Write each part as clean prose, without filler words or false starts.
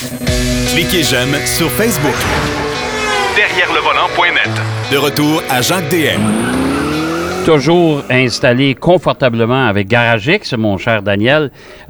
Cliquez j'aime sur Facebook. Derrière le volant.net. De retour à Jacques DM. Toujours installé confortablement avec GarageX, mon cher Daniel,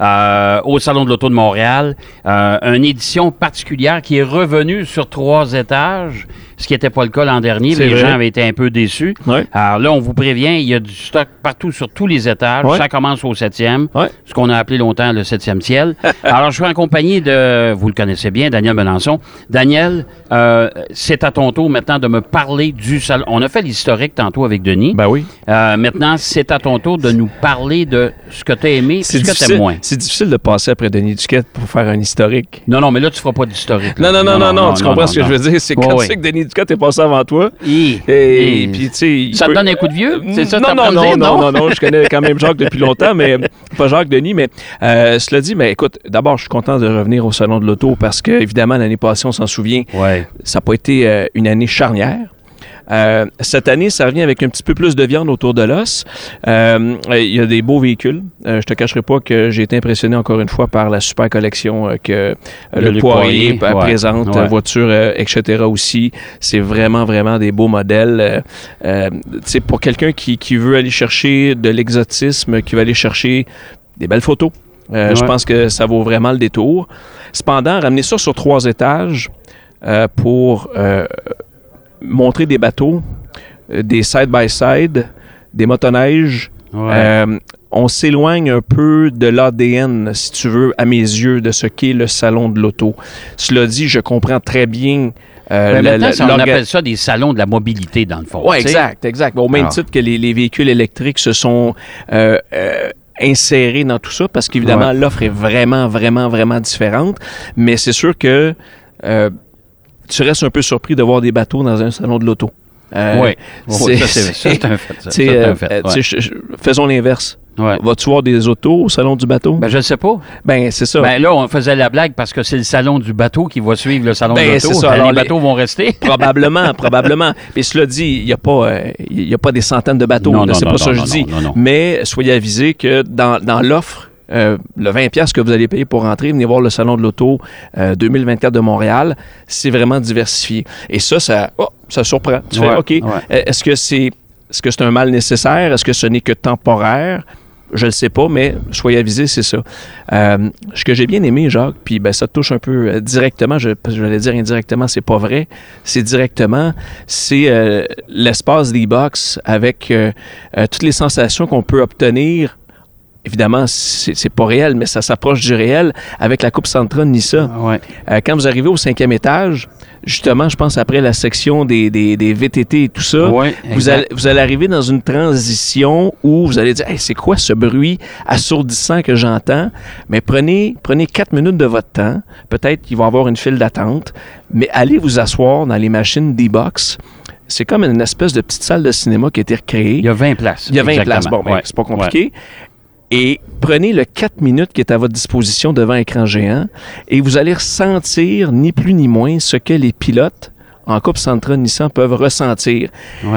au Salon de l'Auto de Montréal. Une édition particulière qui est revenue sur 3 étages, ce qui n'était pas le cas l'an dernier. Les gens avaient été un peu déçus. Ouais. Alors là, on vous prévient, il y a du stock partout sur tous les étages. Ouais. Ça commence au 7e, Ouais. ce qu'on a appelé longtemps le 7e ciel. Alors, je suis en compagnie de, vous le connaissez bien, Daniel Melançon. Daniel, c'est à ton tour maintenant de me parler du salon. On a fait l'historique tantôt avec Denis. Ben oui. Maintenant, c'est à ton tour de nous parler de ce que tu as aimé et ce que tu aimes moins. C'est difficile de passer après Denis Duquette pour faire un historique. Non, mais là, tu ne feras pas d'historique. Non, tu comprends ce que je veux dire. C'est comme ça que Denis Duquette est passé avant toi. Et puis, tu sais... Ça te donne un coup de vieux? C'est ça que Non, je connais quand même Jacques depuis longtemps, mais pas Jacques Denis, mais cela dit, mais écoute, d'abord, je suis content de revenir au Salon de l'Auto parce que, évidemment, l'année passée, on s'en souvient, ça n'a pas été une année charnière. Cette année, ça revient avec un petit peu plus de viande autour de l'os. Il y a des beaux véhicules. Je te cacherai pas que j'ai été impressionné encore une fois par la super collection que le Poirier présente, voiture, etc. aussi. C'est vraiment, vraiment des beaux modèles. Tu sais, pour quelqu'un qui veut aller chercher de l'exotisme, qui veut aller chercher des belles photos, je pense que ça vaut vraiment le détour. Cependant, ramener ça sur 3 étages pour... montrer des bateaux, des side-by-side, des motoneiges. On s'éloigne un peu de l'ADN, si tu veux, à mes yeux, de ce qu'est le salon de l'auto. Cela dit, je comprends très bien... maintenant, on appelle ça des salons de la mobilité, dans le fond. Oui, exact. Au même titre que les véhicules électriques se sont... insérés dans tout ça, parce qu'évidemment, l'offre est vraiment, vraiment, vraiment différente. Mais c'est sûr que... tu restes un peu surpris de voir des bateaux dans un salon de l'auto. C'est un fait. Faisons l'inverse. Vas-tu voir des autos au salon du bateau? Ben, je ne sais pas. Ben, c'est ça. Ben, là, on faisait la blague parce que c'est le salon du bateau qui va suivre le salon de l'auto. C'est ça. Les bateaux vont rester. Probablement. Puis cela dit, il n'y a pas des centaines de bateaux. C'est pas ça que je dis. Mais soyez avisés que dans l'offre, le 20$ que vous allez payer pour rentrer, venez voir le Salon de l'Auto 2024 de Montréal, c'est vraiment diversifié. Et ça surprend. Tu fais, OK, est-ce que c'est un mal nécessaire? Est-ce que ce n'est que temporaire? Je ne le sais pas, mais soyez avisés, c'est ça. Ce que j'ai bien aimé, Jacques, puis ça te touche un peu directement, je vais dire indirectement, c'est pas vrai, c'est directement, c'est l'espace d'e-box avec toutes les sensations qu'on peut obtenir. Évidemment, c'est pas réel, mais ça s'approche du réel avec la Coupe Sentra Nissa. Quand vous arrivez au 5e étage, justement, je pense après la section des VTT et tout ça, vous allez arriver dans une transition où vous allez dire hey, « c'est quoi ce bruit assourdissant que j'entends? » Mais prenez 4 minutes de votre temps. Peut-être qu'il va y avoir une file d'attente, mais allez vous asseoir dans les machines D-Box. C'est comme une espèce de petite salle de cinéma qui a été recréée. Il y a 20 places. Bon, c'est pas compliqué. Et prenez le 4 minutes qui est à votre disposition devant écran géant et vous allez ressentir ni plus ni moins ce que les pilotes en Coupe Sentra Nissan peuvent ressentir.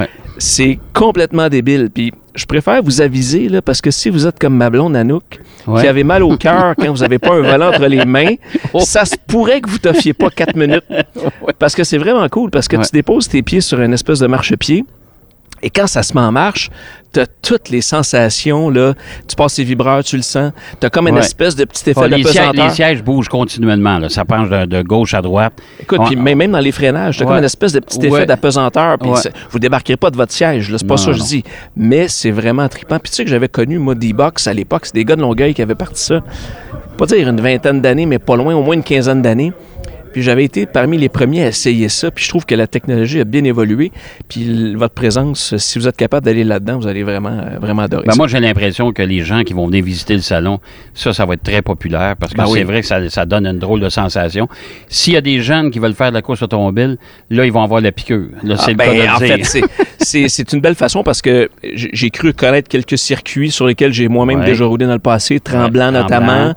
C'est complètement débile. Puis je préfère vous aviser, là, parce que si vous êtes comme ma blonde Anouk, qui avait mal au cœur quand vous n'avez pas un volant entre les mains, ça se pourrait que vous t'offiez pas 4 minutes. Parce que c'est vraiment cool, parce que tu déposes tes pieds sur une espèce de marchepied. Et quand ça se met en marche, tu as toutes les sensations, là. Tu passes tes vibreurs, tu le sens. Tu as comme une espèce de petit effet d'apesanteur. Les sièges bougent continuellement, là. Ça penche de gauche à droite. Écoute, puis même dans les freinages, tu as comme une espèce de petit effet d'apesanteur. Puis vous débarquerez pas de votre siège, là. C'est pas ça que je dis. Mais c'est vraiment trippant. Puis tu sais que j'avais connu, moi, D-Box à l'époque. C'est des gars de Longueuil qui avaient parti ça. Pas dire une 20aine d'années, mais pas loin, au moins une 15aine d'années. Puis j'avais été parmi les premiers à essayer ça. Puis je trouve que la technologie a bien évolué. Puis votre présence, si vous êtes capable d'aller là-dedans, vous allez vraiment, vraiment adorer ça. Moi, j'ai l'impression que les gens qui vont venir visiter le salon, ça va être très populaire parce que c'est vrai que ça donne une drôle de sensation. S'il y a des jeunes qui veulent faire de la course automobile, là, ils vont avoir la piqûre. Là, c'est le cas de le dire. En fait, c'est une belle façon parce que j'ai cru connaître quelques circuits sur lesquels j'ai moi-même déjà roulé dans le passé, Tremblant notamment.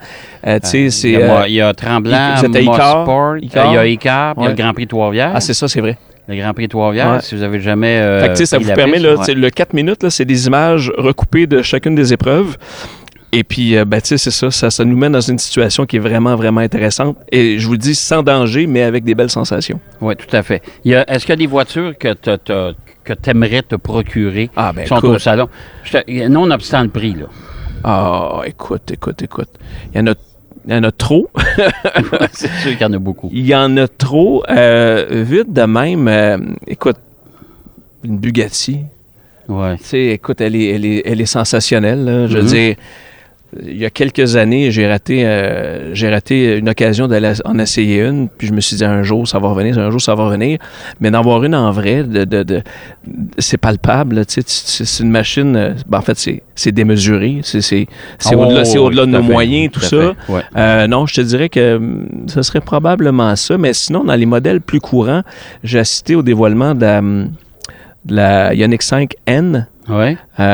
Il y a Tremblant, Mosport, il y a Icar, il y a le Grand Prix de Trois-Rivières. Ah, c'est ça, c'est vrai. Le Grand Prix de Trois-Rivières, si vous avez jamais... ça vous permet, là, le 4 minutes, là, c'est des images recoupées de chacune des épreuves. Et puis, tu sais, c'est ça nous met dans une situation qui est vraiment, vraiment intéressante. Et je vous le dis, sans danger, mais avec des belles sensations. Oui, tout à fait. Est-ce qu'il y a des voitures que tu aimerais te procurer qui sont au salon? Nonobstant le prix, là. Ah, écoute. Il y en a trop. C'est sûr qu'il y en a beaucoup. Il y en a trop. Vite de même, écoute, une Bugatti. Ouais. Tu sais, écoute, elle est sensationnelle. Là. Je veux dire, il y a quelques années, j'ai raté une occasion d'aller en essayer une, puis je me suis dit un jour ça va revenir. Mais d'en voir une en vrai, c'est palpable. Tu sais, c'est une machine. En fait, c'est démesuré. C'est au-delà de nos moyens, tout ça. Ouais. Non, je te dirais que ce serait probablement ça. Mais sinon, dans les modèles plus courants, j'ai assisté au dévoilement de la Ioniq 5N. Ouais.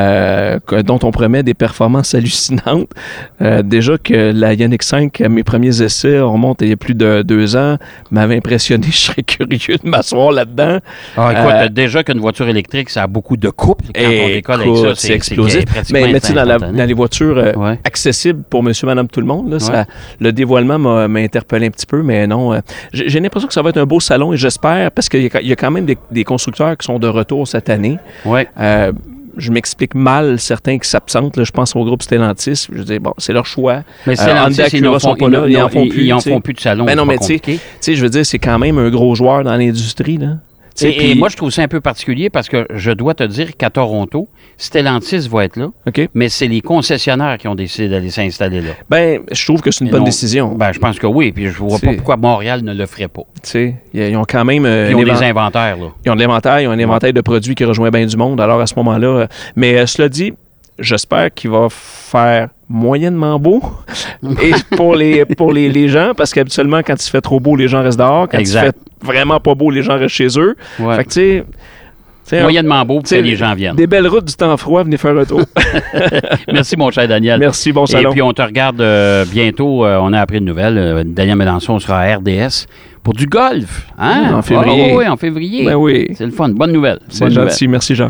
Dont on promet des performances hallucinantes. Déjà que la Ioniq 5, mes premiers essais, on remonte il y a plus de 2 ans, m'avait impressionné. Je serais curieux de m'asseoir là-dedans. Écoute, déjà qu'une voiture électrique, ça a beaucoup de couple. Quand on décolle avec ça, c'est explosif. Mais tu sais, dans les voitures accessibles pour monsieur, madame, tout le monde, là, le dévoilement m'a interpellé un petit peu, mais non. J'ai l'impression que ça va être un beau salon et j'espère, parce qu'il y a quand même des constructeurs qui sont de retour cette année. Ouais. Je m'explique mal certains qui s'absentent. Là, je pense au groupe Stellantis. Je dis, bon, c'est leur choix. Mais Stellantis, ils n'en font plus de salon. Mais non, mais tu sais, je veux dire, c'est quand même un gros joueur dans l'industrie, là. Et moi, je trouve ça un peu particulier parce que je dois te dire qu'à Toronto, Stellantis va être là, mais c'est les concessionnaires qui ont décidé d'aller s'installer là. Ben, je trouve que c'est une bonne décision. Ben, je pense que oui, puis je vois pas pourquoi Montréal ne le ferait pas. Tu sais, ils ont quand même... ils ont des inventaires, là. Ils ont de l'inventaire, ils ont un inventaire de produits qui rejoint bien du monde, alors à ce moment-là... mais cela dit, j'espère qu'il va faire moyennement beau et pour les gens, parce qu'habituellement, quand il fait trop beau, les gens restent dehors. Quand il fait vraiment pas beau, les gens restent chez eux. Ouais. Fait que, tu sais, moyennement beau, puis les gens viennent. Des belles routes du temps froid, venez faire un tour. Merci, mon cher Daniel. Merci, bon salon. Et puis, on te regarde bientôt. On a appris une nouvelle. Daniel Mélenchon sera à RDS pour du golf. Hein? En février. Oui, en février. Ben oui. C'est le fun. Bonne nouvelle. C'est gentil. Merci, Jean.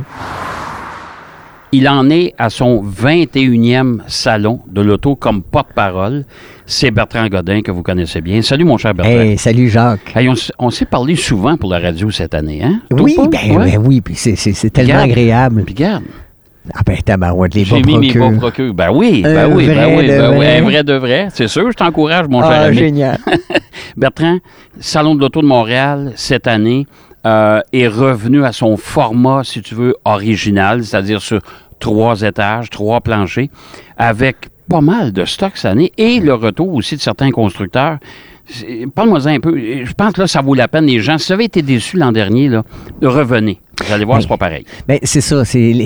Il en est à son 21e salon de l'auto comme porte-parole. C'est Bertrand Godin que vous connaissez bien. Salut, mon cher Bertrand. Hey, salut, Jacques. Hey, on s'est parlé souvent pour la radio cette année, hein? Oui, oui, puis c'est tellement agréable. Puis garde. Ah ben, tabarouette, les bas procure. J'ai mis mes bas procure. Ben oui. Un vrai de vrai. C'est sûr, je t'encourage, mon cher ami. Génial. Bertrand, Salon de l'auto de Montréal, cette année, est revenu à son format, si tu veux, original, c'est-à-dire sur 3 étages, 3 planchers, avec pas mal de stocks cette année et le retour aussi de certains constructeurs. Parle-moi un peu. Je pense que là, ça vaut la peine. Les gens, si vous avez été déçus l'an dernier, là, revenez. Vous allez voir, c'est pas pareil. Ben, c'est ça.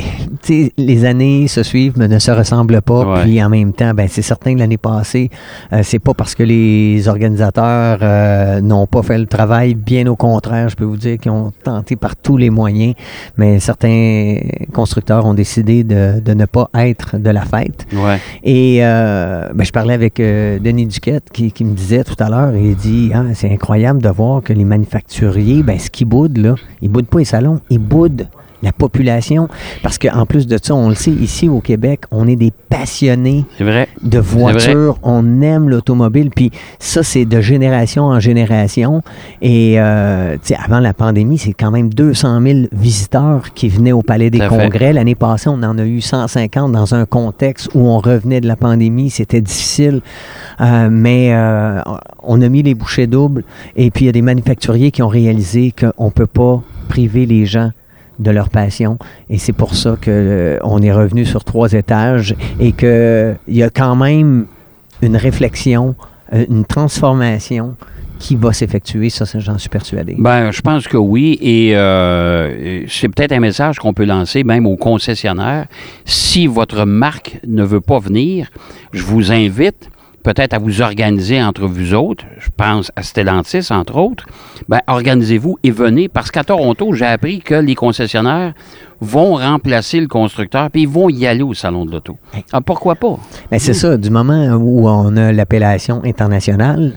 Les années se suivent, mais ne se ressemblent pas. Ouais. Puis en même temps, ben, c'est certain que l'année passée, c'est pas parce que les organisateurs n'ont pas fait le travail. Bien au contraire, je peux vous dire qu'ils ont tenté par tous les moyens. Mais certains constructeurs ont décidé de ne pas être de la fête. Ouais. Et ben, je parlais avec Denis Duquette qui me disait tout à l'heure, il dit c'est incroyable de voir que les manufacturiers, ben, ce qu'ils boudent, là, ils boudent pas les salons, ils boudent la population. Parce qu'en plus de ça, on le sait, ici au Québec, on est des passionnés de voitures. On aime l'automobile. Puis ça, c'est de génération en génération. Et avant la pandémie, c'est quand même 200 000 visiteurs qui venaient au Palais des Congrès. L'année passée, on en a eu 150 dans un contexte où on revenait de la pandémie. C'était difficile. Mais on a mis les bouchées doubles. Et puis, il y a des manufacturiers qui ont réalisé qu'on ne peut pas priver les gens de leur passion. Et c'est pour ça qu'on est revenu sur 3 étages et qu'il y a quand même une réflexion, une transformation qui va s'effectuer. Ça, j'en suis persuadé. Ben, je pense que oui. Et c'est peut-être un message qu'on peut lancer même aux concessionnaires. Si votre marque ne veut pas venir, je vous invite peut-être à vous organiser entre vous autres, je pense à Stellantis, entre autres, ben organisez-vous et venez, parce qu'à Toronto, j'ai appris que les concessionnaires vont remplacer le constructeur, puis ils vont y aller au Salon de l'auto. Alors, pourquoi pas? Ben, c'est ça, du moment où on a l'appellation internationale,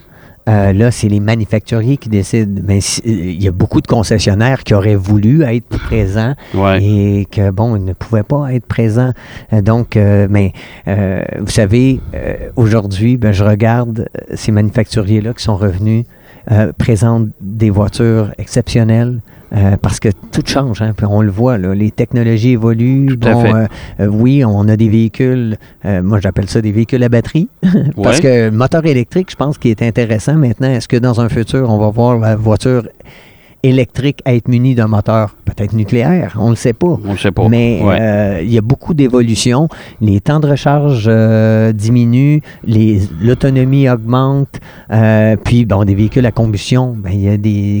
là, c'est les manufacturiers qui décident. Mais il y a beaucoup de concessionnaires qui auraient voulu être présents et que, bon, ils ne pouvaient pas être présents. Donc, vous savez, aujourd'hui, je regarde ces manufacturiers-là qui sont revenus, présentent des voitures exceptionnelles. Parce que tout change, hein, puis on le voit, là, les technologies évoluent. Oui, on a des véhicules, moi j'appelle ça des véhicules à batterie, parce que le moteur électrique, je pense qu'il est intéressant maintenant. Est-ce que dans un futur, on va voir la voiture électrique à être munie d'un moteur peut-être nucléaire? On ne le sait pas. On le sait pas. Mais il y a beaucoup d'évolutions. Les temps de recharge diminuent, l'autonomie augmente, puis bon, des véhicules à combustion, il y a du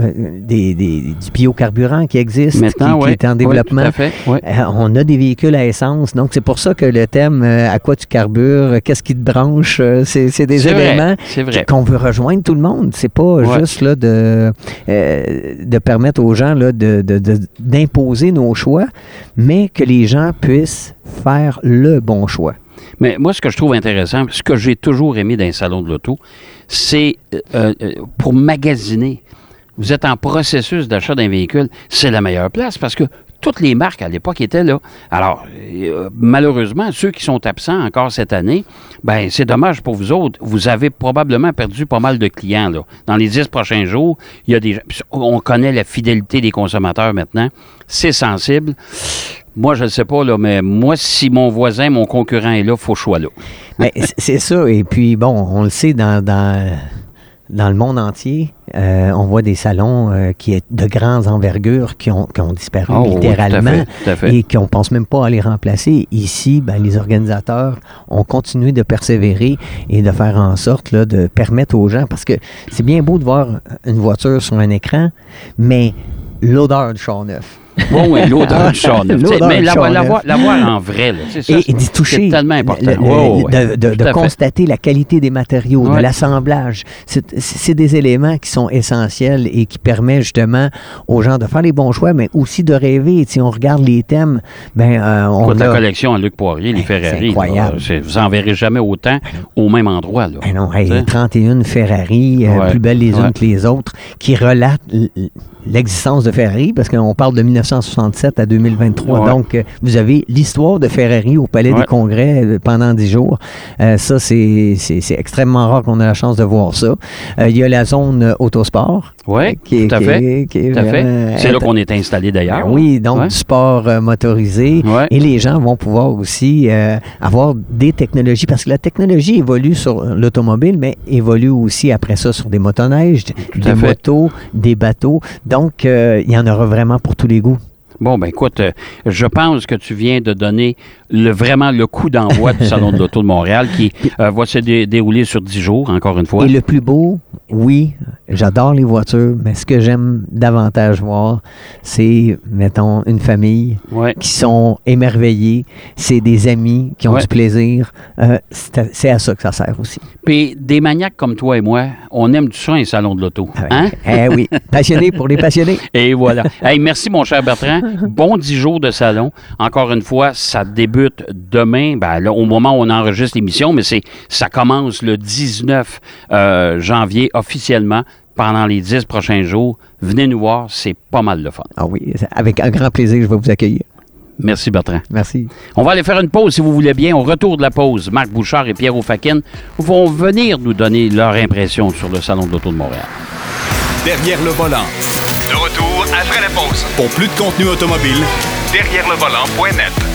biocarburant qui existe, maintenant, qui est en développement. Tout à fait. On a des véhicules à essence. Donc, c'est pour ça que le thème à quoi tu carbures, qu'est-ce qui te branche, c'est des éléments qu'on veut rejoindre tout le monde. C'est pas juste là de permettre aux gens là, d'imposer nos choix, mais que les gens puissent faire le bon choix. Mais moi, ce que je trouve intéressant, ce que j'ai toujours aimé dans les salons de l'auto, c'est pour magasiner. Vous êtes en processus d'achat d'un véhicule, c'est la meilleure place parce que toutes les marques à l'époque étaient là. Alors, malheureusement, ceux qui sont absents encore cette année, c'est dommage pour vous autres. Vous avez probablement perdu pas mal de clients, là. Dans les 10 prochains jours, il y a des gens. On connaît la fidélité des consommateurs maintenant. C'est sensible. Moi, je ne sais pas, là, mais moi, si mon voisin, mon concurrent est là, il faut que je sois là. Mais c'est ça. Et puis, bon, on le sait dans le monde entier, on voit des salons qui est de grandes envergures qui ont disparu littéralement tout à fait. Et qu'on ne pense même pas à les remplacer. Ici, les organisateurs ont continué de persévérer et de faire en sorte là, de permettre aux gens, parce que c'est bien beau de voir une voiture sur un écran, mais l'odeur du char neuf. Oui, l'odeur du char neuf. Mais la voir en vrai, là, c'est ça. Et d'y toucher. C'est tellement important. De constater la qualité des matériaux, de l'assemblage. C'est des éléments qui sont essentiels et qui permettent justement aux gens de faire les bons choix, mais aussi de rêver. Si on regarde les thèmes, on la collection à Luc Poirier, les Ferrari. C'est incroyable. Vous n'en verrez jamais autant au même endroit. Là. Non, 31 Ferrari, plus belles les unes que les autres, qui relatent l'existence de Ferrari, parce qu'on parle de 1967 à 2023. Donc, vous avez l'histoire de Ferrari au Palais des Congrès pendant 10 jours. Ça, c'est extrêmement rare qu'on ait la chance de voir ça. Il y a la zone autosport. Oui, tout à fait. C'est là qu'on est installé d'ailleurs. Oui, donc du sport motorisé. Et les gens vont pouvoir aussi avoir des technologies, parce que la technologie évolue sur l'automobile, mais évolue aussi après ça sur des motoneiges, des motos, des bateaux. Donc, il y en aura vraiment pour tous les goûts. Bon, écoute, je pense que tu viens de donner vraiment le coup d'envoi du Salon de l'Auto de Montréal qui va se dérouler sur 10 jours, encore une fois. Et le plus beau, oui, j'adore les voitures, mais ce que j'aime davantage voir, c'est, mettons, une famille qui sont émerveillés, c'est des amis qui ont du plaisir. C'est à ça que ça sert aussi. Puis des maniaques comme toi et moi, on aime du ça un Salon de l'Auto. Hein? Oui, passionné pour les passionnés. Et voilà. Hey, merci, mon cher Bertrand. Bon 10 jours de salon. Encore une fois, ça débute demain, là, au moment où on enregistre l'émission, mais ça commence le 19 janvier officiellement. Pendant les 10 prochains jours, venez nous voir, c'est pas mal de fun. Ah oui, avec un grand plaisir, je vais vous accueillir. Merci, Bertrand. Merci. On va aller faire une pause, si vous voulez bien. Au retour de la pause, Marc Bouchard et Pierre Ofakin vont venir nous donner leur impression sur le Salon de l'Auto de Montréal. Derrière le volant. De retour après la pause. Pour plus de contenu automobile, derrière le volant.net.